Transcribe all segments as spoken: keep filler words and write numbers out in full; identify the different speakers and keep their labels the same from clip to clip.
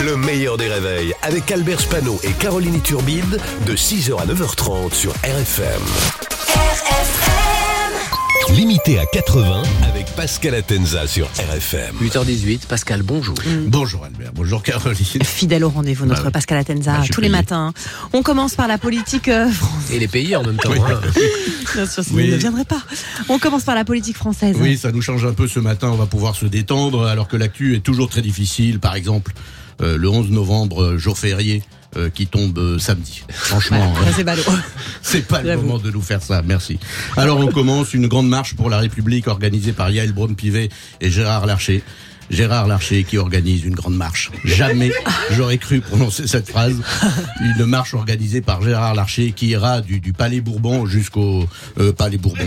Speaker 1: Le meilleur des réveils avec Albert Spano et Caroline Turbide de six heures à neuf heures trente sur R F M.
Speaker 2: R F M.
Speaker 1: Limité à quatre-vingts avec Pascal Atenza sur R F M.
Speaker 3: huit heures dix-huit, Pascal, bonjour.
Speaker 4: Mmh. Bonjour Albert, bonjour Caroline.
Speaker 5: Fidèle au rendez-vous, notre bah, Pascal Atenza, bah, tous les payé. matins. On commence par la politique euh, française.
Speaker 3: Et les pays en même temps.
Speaker 4: Oui.
Speaker 3: Hein.
Speaker 5: Bien sûr, sinon oui. il ne viendrait pas. On commence par la politique française.
Speaker 4: Oui, ça nous change un peu ce matin, on va pouvoir se détendre, alors que l'actu est toujours très difficile. Par exemple, euh, le onze novembre, jour férié. Euh, qui tombe euh, samedi. Franchement,
Speaker 5: ouais, c'est ballot.
Speaker 4: C'est pas le moment de nous faire ça. Merci. Alors on commence une grande marche pour la République organisée par Yael Braun-Pivet et Gérard Larcher. Gérard Larcher qui organise une grande marche. Jamais j'aurais cru prononcer cette phrase. Une marche organisée par Gérard Larcher qui ira du, du Palais Bourbon jusqu'au euh, Palais Bourbon.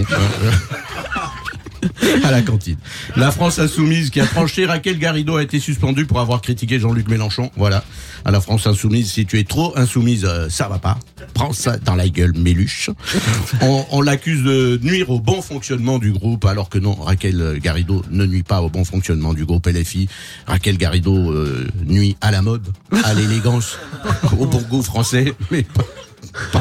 Speaker 4: À la cantine. La France Insoumise qui a tranché, Raquel Garrido a été suspendue pour avoir critiqué Jean-Luc Mélenchon. Voilà. À la France Insoumise, si tu es trop insoumise, euh, ça va pas. Prends ça dans la gueule, Méluche. On, on l'accuse de nuire au bon fonctionnement du groupe, alors que non, Raquel Garrido ne nuit pas au bon fonctionnement du groupe L F I. Raquel Garrido euh, nuit à la mode, à l'élégance, au bon goût français, mais pas... pas...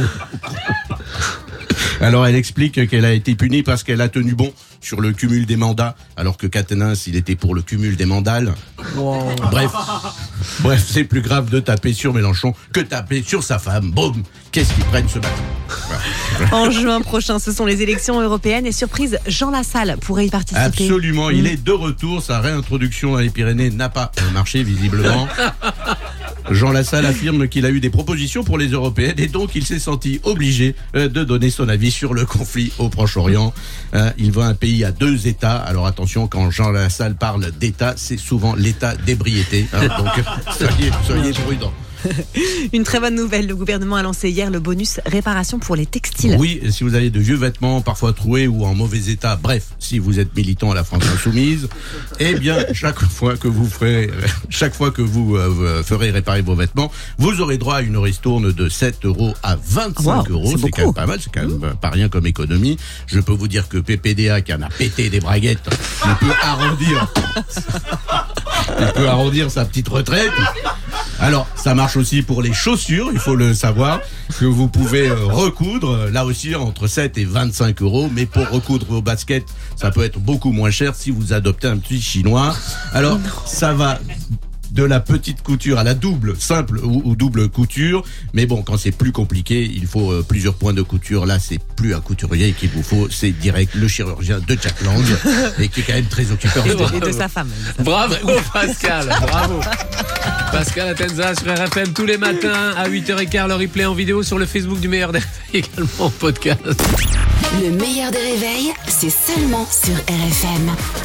Speaker 4: Alors elle explique qu'elle a été punie parce qu'elle a tenu bon sur le cumul des mandats, alors que Quatennens, il était pour le cumul des mandales. Wow. Bref, bref, c'est plus grave de taper sur Mélenchon que taper sur sa femme. Boum, qu'est-ce qu'ils prennent ce matin? Voilà.
Speaker 5: En juin prochain, ce sont les élections européennes et surprise, Jean Lassalle pourrait y participer.
Speaker 4: Absolument, il est de retour. Sa réintroduction dans les Pyrénées n'a pas marché visiblement. Jean Lassalle affirme qu'il a eu des propositions pour les européennes et donc il s'est senti obligé de donner son avis sur le conflit au Proche-Orient. Il veut un pays à deux États. Alors attention, quand Jean Lassalle parle d'État, c'est souvent l'État d'ébriété. Donc soyez, soyez prudents.
Speaker 5: Une très bonne nouvelle, le gouvernement a lancé hier le bonus réparation pour les textiles.
Speaker 4: Oui, si vous avez de vieux vêtements, parfois troués ou en mauvais état, bref, si vous êtes militant à la France Insoumise, eh bien, chaque fois que vous ferez, chaque fois que vous euh, ferez réparer vos vêtements, vous aurez droit à une ristourne de sept euros à vingt-cinq euros.
Speaker 5: C'est,
Speaker 4: c'est quand même pas mal, c'est quand même mmh. pas rien comme économie. Je peux vous dire que P P D A, qui en a pété des braguettes, il peut arrondir, il peut arrondir sa petite retraite. Alors, ça marche aussi pour les chaussures, il faut le savoir, que vous pouvez euh, recoudre, là aussi entre sept et vingt-cinq euros, mais pour recoudre vos baskets, ça peut être beaucoup moins cher si vous adoptez un petit chinois. Alors, ça va de la petite couture à la double, simple ou, ou double couture, mais bon, quand c'est plus compliqué, il faut euh, plusieurs points de couture. Là, c'est plus un couturier qu'il vous faut, c'est direct le chirurgien de Jack Lang, et qui est quand même très occupé.
Speaker 5: Et de sa femme.
Speaker 3: Bravo Pascal, bravo. Pascal Atenza sur R F M tous les matins à huit heures quinze, le replay en vidéo sur le Facebook du Meilleur des Réveils, également en podcast.
Speaker 2: Le meilleur des réveils, c'est seulement sur R F M.